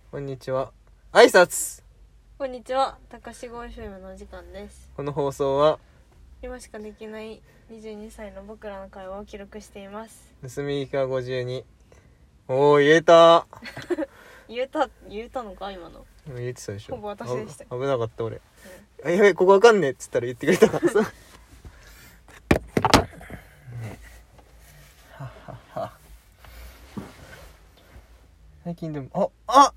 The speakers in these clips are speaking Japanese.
こんにちは。挨拶。 こんにちは。高志号 FM のお時間です。 この放送は今しかできない22歳の僕らの会話を記録しています。 盗み聞きは52。おー、言えた。 言えたのか今の。 言えてたでしょ。 ほぼ私でした。 危なかった俺。あ、やべ、ここわかんねえっつったら言ってくれたからさ。ね、はっはっは。最近でも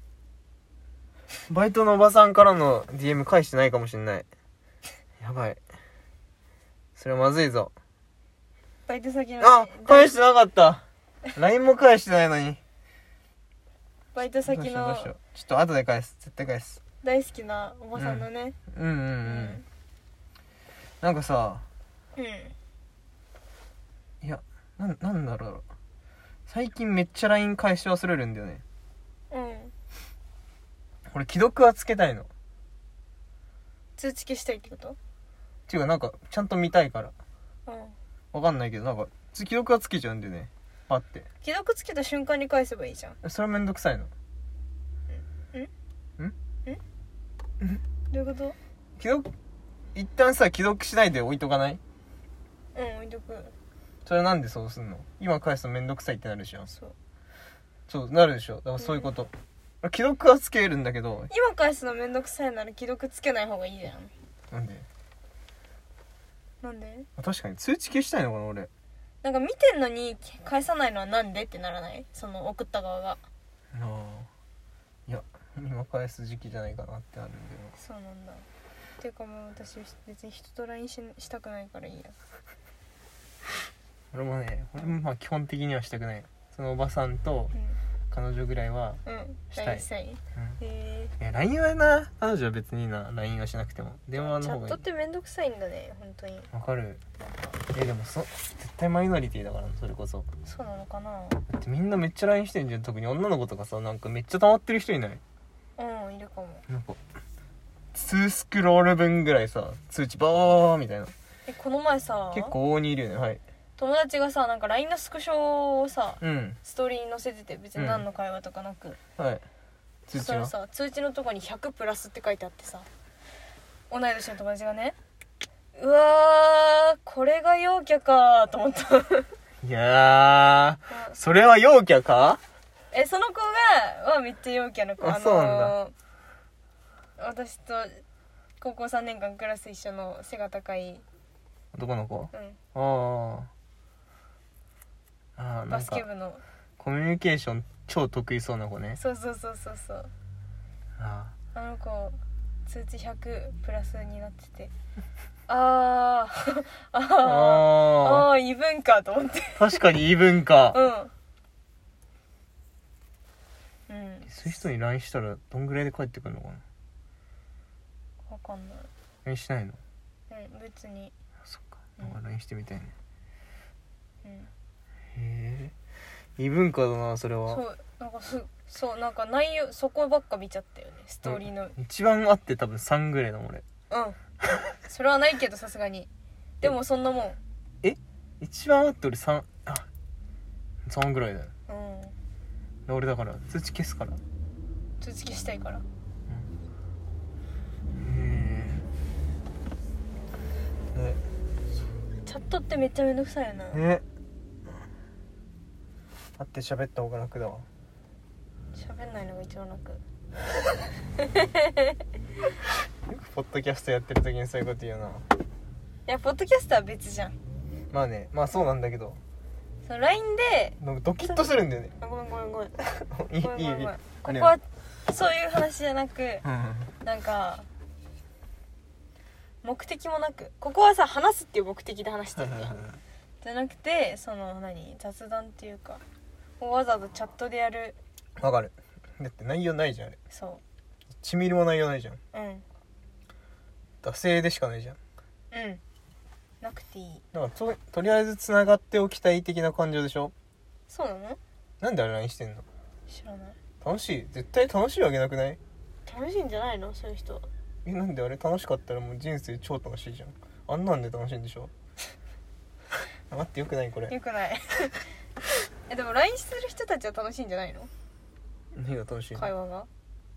バイトのおばさんからの DM 返してないかもしんない。やばい。それはまずいぞ。 バイト先の返してなかった。LINE も返してないのに。 バイト先のどうしようちょっと後で返す。絶対返す。 大好きなおばさんのね。 なんかさ、 うん。 いや、なんだろう。最近めっちゃ LINE 返し忘れるんだよね。 うん。 俺既読はつけたいの。 通知消したいってこと？ っていうかなんかちゃんと見たいから。 うん。 わかんないけどなんか既読はつけちゃうんだよね。パッて。 既読つけた瞬間に返せばいいじゃん。 それめんどくさいの。 どういうこと？ 既読一旦さ既読しないで置いとかない？ 置いとく。 それなんでそうすんの？今返すのめんどくさいってなるじゃん。 そうなるでしょ。だからそういうこと。既読はつけるんだけど。 今返すのめんどくさいなら既読つけない方がいいじゃん。なんで？ 確かに通知消したいのかな俺。 なんか見てんのに返さないのはなんでってならない？その送った側が。 いや今返す時期じゃないかなってあるんだよ。 そうなんだ。ていうかもう私別に人と LINE したくないからいいや。 俺もまあ基本的にはしたくない。そのおばさんと彼女ぐらいはしたい。いや LINE はな、彼女は別にな LINE はしなくても電話の方がいい。 チャットってめんどくさいんだね本当に。 わかる。でも絶対マイノリティだからな。それこそそうなのかな。 だってみんなめっちゃ LINE してんじゃん。特に女の子とかさ、なんかめっちゃ溜まってる人いない？ いるかも。 なんか2スクロール分ぐらいさ通知バーみたいな。 この前さ結構大にいるよね。はい。 友達がさなんか LINE のスクショをさ、ストーリーに載せてて別に何の会話とかなく、 はい。 そしたらさ通知のとこに100プラスって書いてあってさ、同い年の友達がね、うわーこれが陽キャかと思った。 いやーそれは陽キャか？ その子はめっちゃ陽キャの子。 そうなんだ。 私と高校3年間クラス一緒の背が高い男の子？ バスケ部のコミュニケーション超得意そうな子ね。 そうあの子通知100プラスになってて異文化と思って。 確かに異文化。そういう人に LINE したらどんぐらいで帰ってくるのかな。 わかんない。 LINE しないの？ 別に。 そっか。LINE してみたいね。へえ異文化だなそれは。 なんか内容そこばっか見ちゃったよねストーリーの。 一番あって多分3ぐらいだもん俺。 それはないけどさすがに。でもそんなもん。 一番あって俺3ぐらいだよ。俺だから通知消すから。 通知消したいから。チャットってめっちゃめんどくさいよな。会って喋った方が楽だわ。 喋んないのが一番楽。 ポッドキャストやってる時にそういうこと言うな。いやポッドキャストは別じゃん。 まあね、まあそうなんだけど、 その LINE でドキッとするんだよね。 ごめんいいここはそういう話じゃなく、なんか目的もなく、ここはさ話すっていう目的で話してるじゃん。じゃなくてその雑談っていうかわざわざチャットでやる。 わかる。だって内容ないじゃんあれ。 そう 1ミリも内容ないじゃん。惰性でしかないじゃん。 なくていい。 だからとりあえずつながっておきたい的な感情でしょ。 そうなの？ なんであれ LINE してんの？ 知らない。 楽しい？絶対楽しいわけなくない？ 楽しいんじゃないのそういう人。 なんであれ楽しかったらもう人生超楽しいじゃん。あんなんで楽しいんでしょ。待ってよくないこれ。 よくないでも LINE する人たちは楽しいんじゃないの？ 何が楽しいの？ 会話が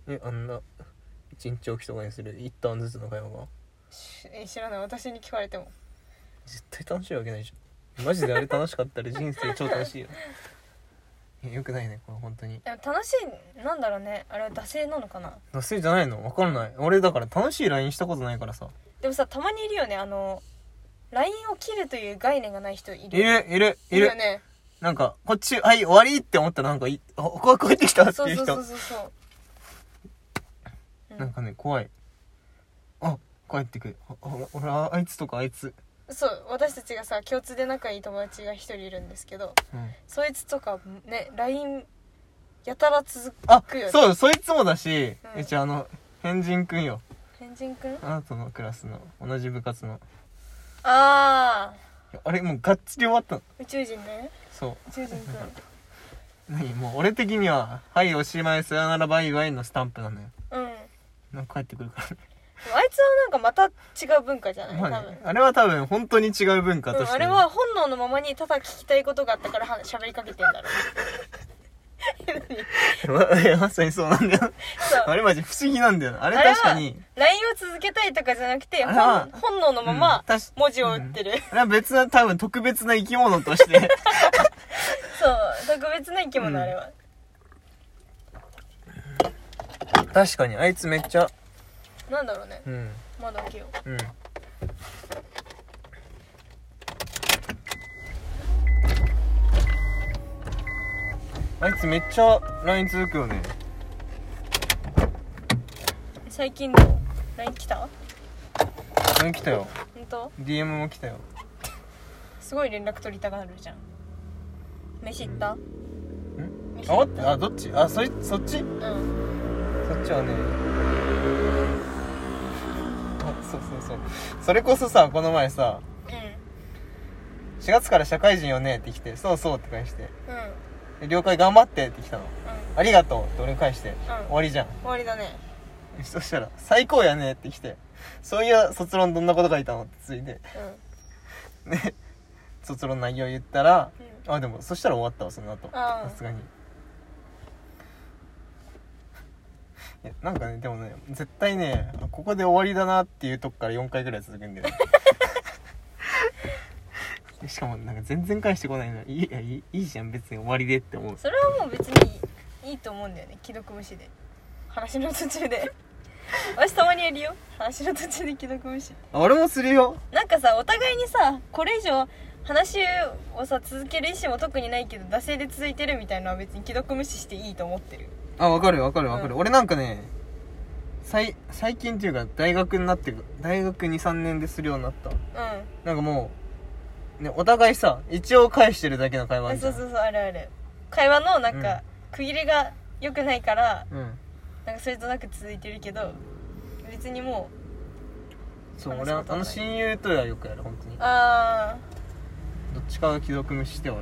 あんな一日おきとかにする一旦ずつの会話が知らない。私に聞かれても絶対楽しいわけないじゃん。マジであれ楽しかったら人生超楽しいよ。よくないねこれ本当に。 でも楽しいなんだろうね、あれは惰性なのかな。 惰性じゃないの分からない。俺だから楽しい LINE したことないからさ。 でもさたまにいるよね、LINE を切るという概念がない人いるいるよね。 なんかこっちはい終わりって思ったらなんか帰ってきたっていう人。 そう、 なんかね怖い。帰ってくる。俺あいつとかあいつ。 そう私たちがさ共通で仲いい友達が一人いるんですけど、そいつとかね LINE やたら続くよね。 そうそいつもだし、変人くんよ。 変人くん？ あなたのクラスの同じ部活の。 あれもうがっつり終わったの。 宇宙人ね。 そう宇宙人くんもう俺的にははいおしまいさよならバイバイのスタンプなのよ。なんか帰ってくるからね。 あいつはなんかまた違う文化じゃない、多分あれは多分本当に違う文化として、 あれは本能のままにただ聞きたいことがあったから喋りかけてんだろまさにそうなんだよ。あれマジ不思議なんだよな。あれ確かに LINE を続けたいとかじゃなくて本能のまま文字を打ってる、 あれは別な多分特別な生き物としてそう特別な生き物、あれは確かにあいつめっちゃなんだろうね、まだ開けよう。 あいつめっちゃ LINE 続くよね。 最近の LINE 来た？ LINE 来たよ。 本当？ DM も来たよ。 すごい連絡取りたがるじゃん。飯行った？ 待ってどっち？そっち？そっちはねそうそれこそさこの前さ、4月から社会人よねって来てそうって返して、了解頑張ってって来たの、ありがとうって俺返して、終わりじゃん。 終わりだね。 そしたら最高やねって来て、そういや卒論どんなこと書いたのってついて、で卒論内容言ったら、でもそしたら終わったわその後。さすがになんかねでもね絶対ねここで終わりだなっていうとこから4回ぐらい続くんだよねしかもなんか全然返してこないの。いいじゃん別に終わりでって思う。 それはもう別にいいと思うんだよね。既読無視で話の途中で私たまにやるよ、話の途中で既読無視。 俺もするよ。 なんかさお互いにさこれ以上話をさ続ける意思も特にないけど惰性で続いてるみたいなのは別に既読無視していいと思ってる。 わかる、俺なんかね最近っていうか大学になって大学 2,3 年でするようになった。なんかもうねお互いさ一応返してるだけの会話あるじゃん。 そうある会話のなんか、区切りが良くないから、なんかそれとなく続いてるけど別にもうそう俺親友とはよくやる本当に。どっちかが既読無視して俺。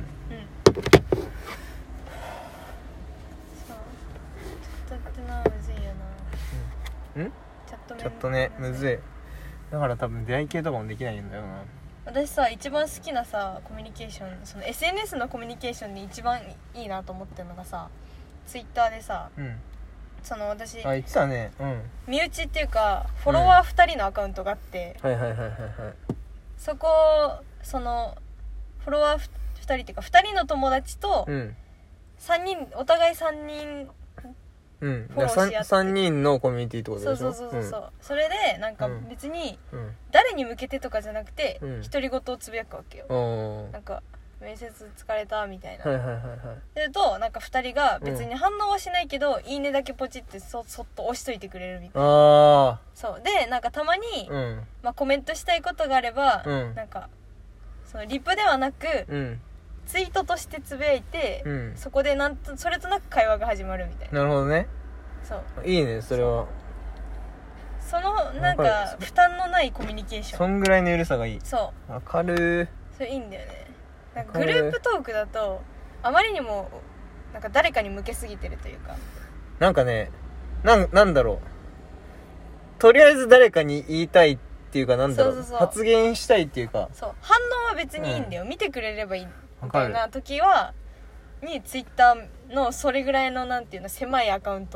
チャットねむずい。だから多分出会い系とかもできないんだよな。 私さ一番好きなさコミュニケーション、その SNS のコミュニケーションで一番いいなと思ってるのがさ、ツイッターでさ、その私言ってたね、 身内っていうかフォロワー2人のアカウントがあって、そこそのフォロワー2人っていうか2人の友達と3人お互い3人フォローし合って、 3人のコミュニティってことでしょ。 そうそれでなんか別に誰に向けてとかじゃなくて独り言をつぶやくわけよ。なんか面接疲れたみたいな。するとなんか2人が別に反応はしないけど、いいねだけポチってそっと押しといてくれるみたいな。そうでなんかたまに、コメントしたいことがあれば、なんかそのリプではなく、ツイートとしてつぶやいて、そこでそれとなく会話が始まるみたいな。 なるほどね。 そういいねそれは。 そのなんか負担のないコミュニケーション、 そんぐらいの緩さがいい。 そうわかる。 それいいんだよね。なんかグループトークだとあまりにもなんか誰かに向けすぎてるというか、 なんかねなんだろう、とりあえず誰かに言いたいっていうか、なんだろう、発言したいっていうか、 そう反応は別にいいんだよ、見てくれればいいみたいな時はにツイッターのそれぐらいのなんていうの狭いアカウント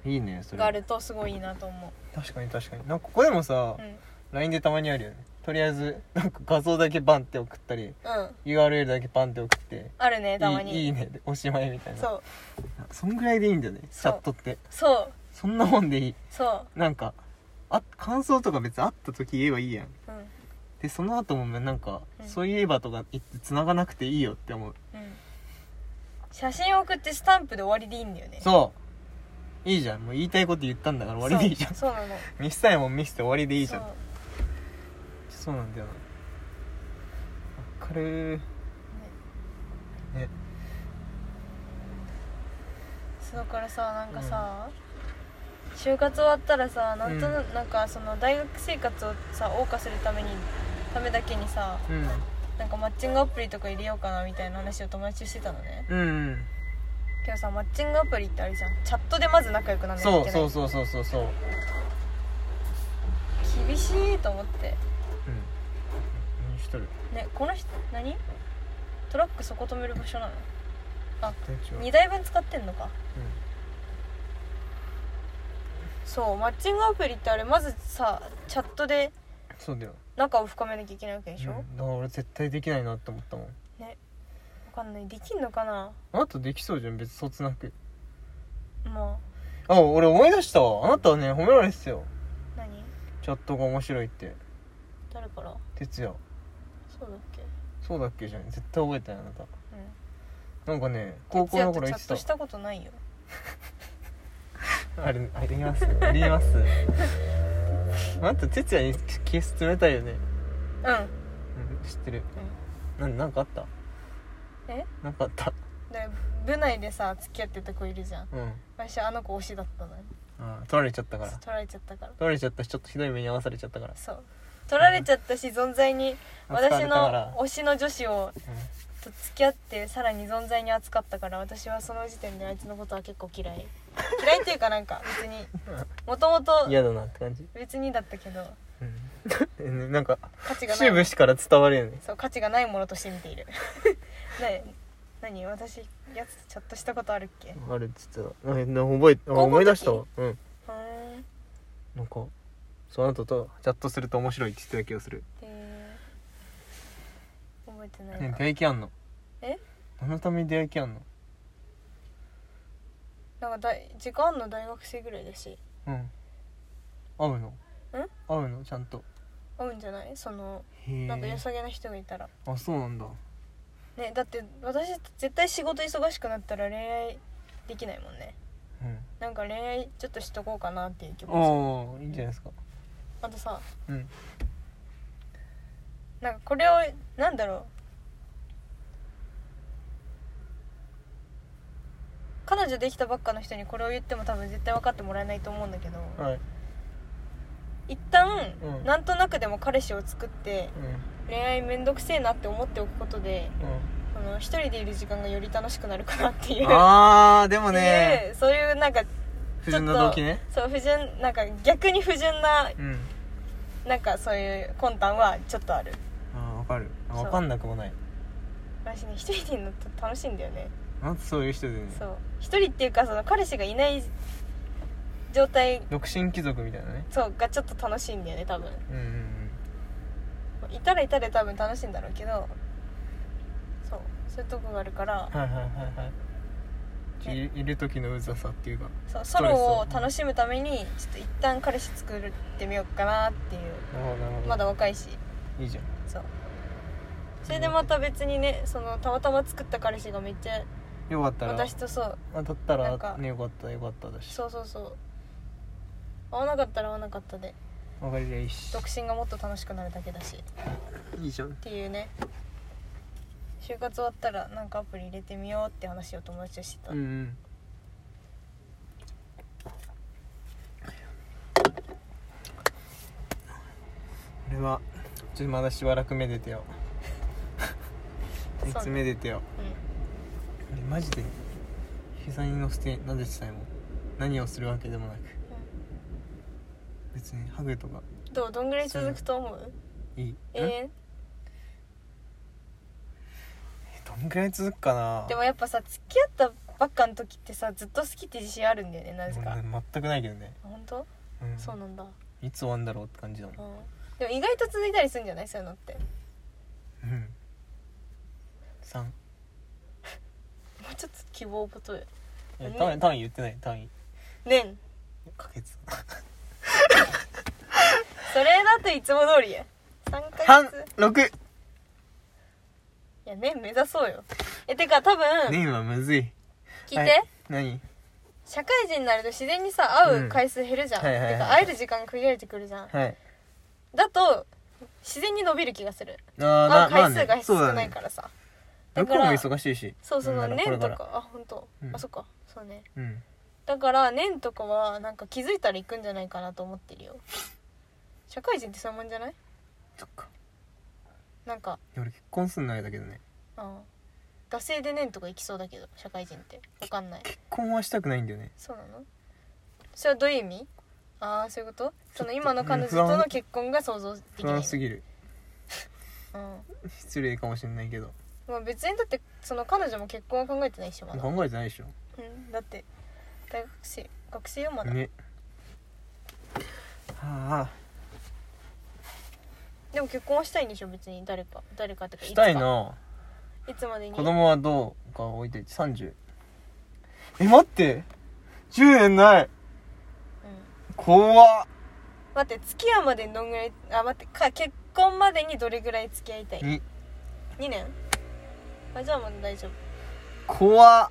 いいねそれがあるとすごいいいなと思う。 確かに確かに。なんかここでもさ、LINE でたまにあるよね。とりあえずなんか画像だけバンって送ったり、URL だけバンって送ってあるね、たまにいいねでおしまいみたいな。 そうそんぐらいでいいんだよね、チャットって。 そうそんなもんでいい。 そうなんか感想とか別に会った時言えばいいやん、でその後もなんか、そういえばとか言って繋がなくていいよって思う、 写真送ってスタンプで終わりでいいんだよね。 そういいじゃん、もう言いたいこと言ったんだから終わりでいいじゃん。 そうなの。 見せたいもん見せて終わりでいいじゃん。そうなんだよな。わかるね。 だからさ、なんかさ、就活終わったらさ、なんかその大学生活をさ謳歌するためだけにさ、なんかマッチングアプリとか入れようかなみたいな話を友達としてたのね。けどさ、マッチングアプリってあれじゃん、チャットでまず仲良くならなきゃいけない。そう厳しいと思って。 何しとるね、この人何トラックそこ止める場所なの？あ、2台分使ってんのか。そう、マッチングアプリってあれまずさチャットでそうだよ仲を深めなきゃいけないわけでしょ、 だから俺絶対できないなって思ったもんね。わかんない、できんのかな。 あなたできそうじゃん、別にそつなく。 まあ、俺思い出したわ、あなたはね褒められてたよ。 何？ チャットが面白いって。 誰から？ 哲也。 そうだっけ？ そうだっけじゃん、絶対覚えたよあなた。なんかね、高校の頃言ってた。 チャットしたことないよ。 ありますあんた哲也にケース冷たいよね。知ってる。なんかあった？なんかあった？ で部内でさ付き合ってた子いるじゃん。私あの子推しだったのに。 取られちゃったから。 取られちゃったし、 ちょっとひどい目に遭わされちゃったから。 そう、取られちゃったし、存在に私の推しの女子をと付き合ってさらに存在に扱ったから、私はその時点であいつのことは結構嫌いっていうか、なんか別にもともと嫌だなって感じ。 別にだったけど、 なんか価値がない、 節々から伝わるよね。 そう、価値がないものとして見ている何私やつチャットしたことあるっけ？ あるっつってた。思い出したわ。なんかその後とチャットすると面白いって言ってた気がする。 覚えてないな。 出会い系あんの？何のために出会い系あんの？ なんか時間あんの大学生ぐらいだし。 会うの？会うのちゃんと？ 会うんじゃない？そのなんか良さげな人がいたら。 あ、そうなんだね。だって私絶対仕事忙しくなったら恋愛できないもんね。なんか恋愛ちょっとしとこうかなっていう気持ち。 いいんじゃないですか。 あとさ、なんかこれをなんだろう、彼女できたばっかの人にこれを言っても多分絶対分かってもらえないと思うんだけど、一旦、なんとなくでも彼氏を作って、恋愛めんどくせえなって思っておくことで、一人でいる時間がより楽しくなるかなっていう。 でもね、 そういうなんか不純な動機ね。 そう、なんか逆に不純な、なんかそういう魂胆はちょっとある。 わかる。わかんなくもない。 私ね、一人でいるの楽しいんだよね。 なんてそういう人でね。そう、 一人っていうか、その彼氏がいない状態、 独身貴族みたいなね。 そうがちょっと楽しいんだよね、多分。いたらいたで多分楽しいんだろうけど、そういうとこがあるから、 いる時のうざさっていうか、 そうソロを楽しむためにちょっと一旦彼氏作ってみようかなっていう。まだ若いしいいじゃん。 それでまた別にね、そのたまたま作った彼氏がめっちゃよかったら、 私とだったらね、よかっただし、 そう合わなかったら合わなかったで分かりゃいいし、 独身がもっと楽しくなるだけだし、 いいじゃんっていうね。就活終わったらなんかアプリ入れてみようって話を友達としてた。 俺はちょっとまだしばらくめでてよ。いつめでてよ。マジで膝に乗せて撫でてたいもん。何をするわけでもなく、別にハグとか。 どんぐらい続くと思う？ いい？どんぐらい続くかな。 でもやっぱさ、付き合ったばっかの時ってさずっと好きって自信あるんだよね、なぜか。 全くないけどね。 本当？うん、そうなんだ。 いつ終わんだろうって感じだもん、 でも意外と続いたりするんじゃない、そういうのって。 3もうちょっと希望ことよ。 単位言ってない、単位年ヶ月それだといつも通りや。3ヶ月半6。 いや年目指そうよ。てか多分年はむずい。 聞いて、 何？ 社会人になると自然にさ会う回数減るじゃん、てか会える時間限られてくるじゃん、だと自然に伸びる気がする。会う回数が少ないからさ、 向こうも忙しいし。 そう年とか、本当、そっか、そうね、だから年とかはなんか気づいたら行くんじゃないかなと思ってるよ。社会人ってそういうもんじゃない？ そっか。 なんか俺結婚すんのあれだけどね。 惰性で年とか行きそうだけど、社会人って分かんない。 結婚はしたくないんだよね。 そうなの？それはどういう意味？そういうこと？その今の彼女との結婚が想像できない。 不安すぎる失礼かもしれないけど、 まあ、別にだってその彼女も結婚は考えてないでしょ、まだ。 考えてないでしょ。 だって大学生よまだね。でも結婚はしたいんでしょ別に。誰かってかしたいな。 いつまでに？ 子供はどうか置いといて30。待って10年ない、怖っ。 待って、付き合うまでにどんぐらい、結婚までにどれぐらい付き合いたい？2年？じゃあまだ大丈夫。 怖っ。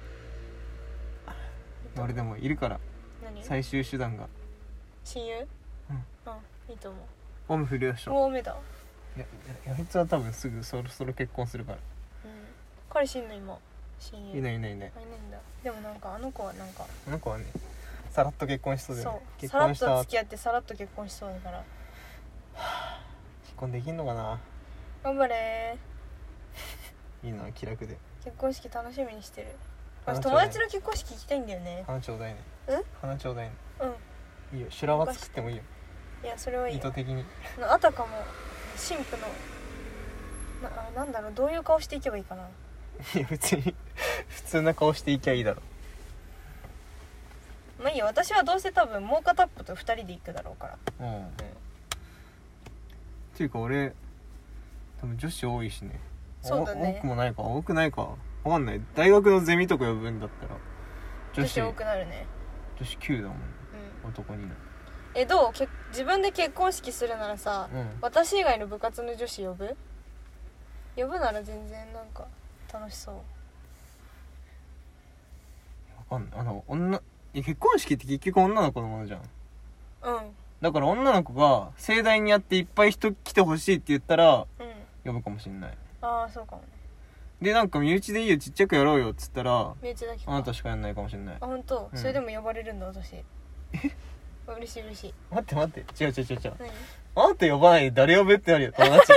俺でもいるから。 何？ 最終手段が親友？いいと思う。 オム振るでしょ。 もう目だ。 あいつは多分すぐそろそろ結婚するから。 彼氏いんの今？親友いないんだ。 でもなんかあの子はねさらっと結婚しそうだよね。 そう、さらっと付き合ってさらっと結婚しそうだから。 結婚できんのかな。 頑張れいいな、気楽で。 結婚式楽しみにしてる。私友達の結婚式行きたいんだよね。 花ちょうだいね。花ちょうだいね。いいよ、修羅場作ってもいいよ。 いや、それはいいよ。 意図的に。 あたかも神父のなんだろう、どういう顔していけばいいかな。 いや別に普通な顔していきゃいいだろ。 まあいいよ、私はどうせ多分もう片っぽと2人で行くだろうから。 っていうか俺多分女子多いしね。 そうだね。 多くもないか、多くないか分かんない。大学のゼミとか呼ぶんだったら女子多くなるね。 女子9だもん、男になる。 どう？自分で結婚式するならさ、私以外の部活の女子呼ぶなら全然なんか楽しそう。 分かんない。結婚式って結局女の子のものじゃん。だから女の子が盛大にやっていっぱい人来てほしいって言ったら、呼ぶかもしんない。 そうかもね。 でなんか身内でいいよ、ちっちゃくやろうよっつったら身内だけかあなたしかやんないかもしんない。 本当？それでも呼ばれるんだ私。嬉しい。 待って違う。 何？ あんた呼ばないで誰呼ぶってなるよ、友達。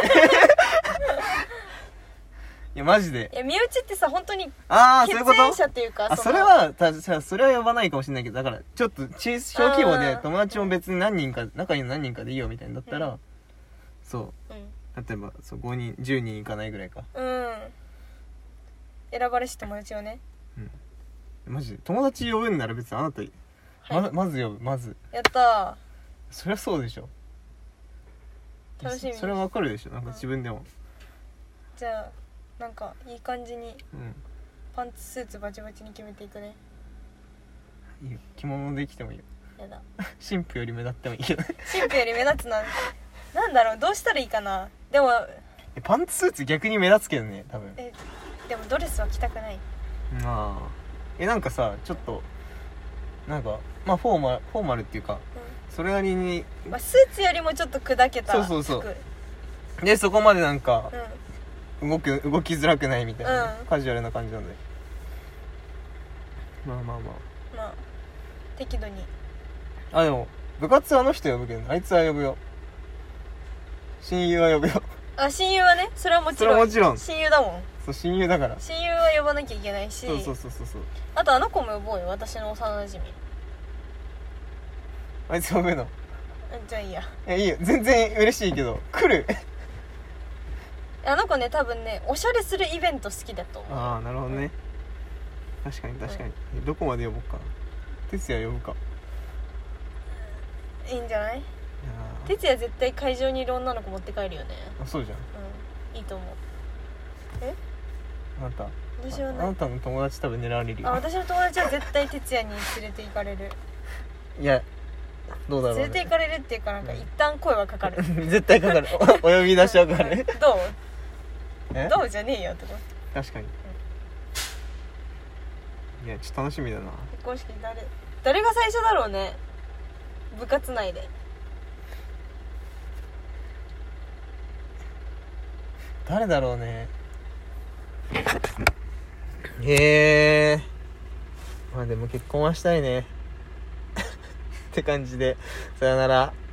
いやマジで。 いや身内ってさ本当に血縁者っていうか、 それは呼ばないかもしれないけど、だからちょっと小規模で友達も別に何人か、中に何人かでいいよみたいになったら、そう、例えば5人10人いかないぐらいか。 選ばれし友達をね。 マジで友達呼ぶんなら別にあなたまず呼ぶ。まずやったー。 そりゃそうでしょ。 楽しみ。 それはわかるでしょ、なんか自分でも。 じゃあなんかいい感じにパンツスーツバチバチに決めていくね。 いいよ、着物できてもいいよ。 やだ。 神父より目立ってもいいよ。 神父より目立つなんだろう、どうしたらいいかな。でもパンツスーツ逆に目立つけどね、多分。 でもドレスは着たくない。 なんかさ、ちょっとなんかフォーマルっていうか、それなりに、 スーツよりもちょっと砕けた服。 そうでそこまでなんか、動きづらくないみたいな、カジュアルな感じなんで、まあ適度に。 でも部活はあの人呼ぶけど、あいつは呼ぶよ。親友は呼ぶよ。 親友はね、それはもちろん親友だもん。 そう、親友だから親友は呼ばなきゃいけないし、 そうあとあの子も呼ぼうよ、私の幼馴染。 あいつ呼ぶの？ じゃあいいや。 いいよ、全然嬉しいけど来る。 あの子ね、多分ねおしゃれするイベント好きだと思う。 なるほどね。 確かにどこまで呼ぼうかな。哲也呼ぶか。 いいんじゃない。哲也絶対会場にいる女の子持って帰るよね。 あ、そうじゃん。 いいと思う。 あなた私はあなたの友達多分狙われるよ。 私の友達は絶対哲也に連れて行かれる。 いやどうだろう、ね、 連れて行かれるっていうか、なんか一旦声はかかる絶対かかるお呼び出しはかかるどうじゃねえよってこと。 確かに、いやちょっと楽しみだな。 結婚式誰が最初だろうね、部活内で。 誰だろうね。まあでも結婚はしたいねって感じで、さよなら。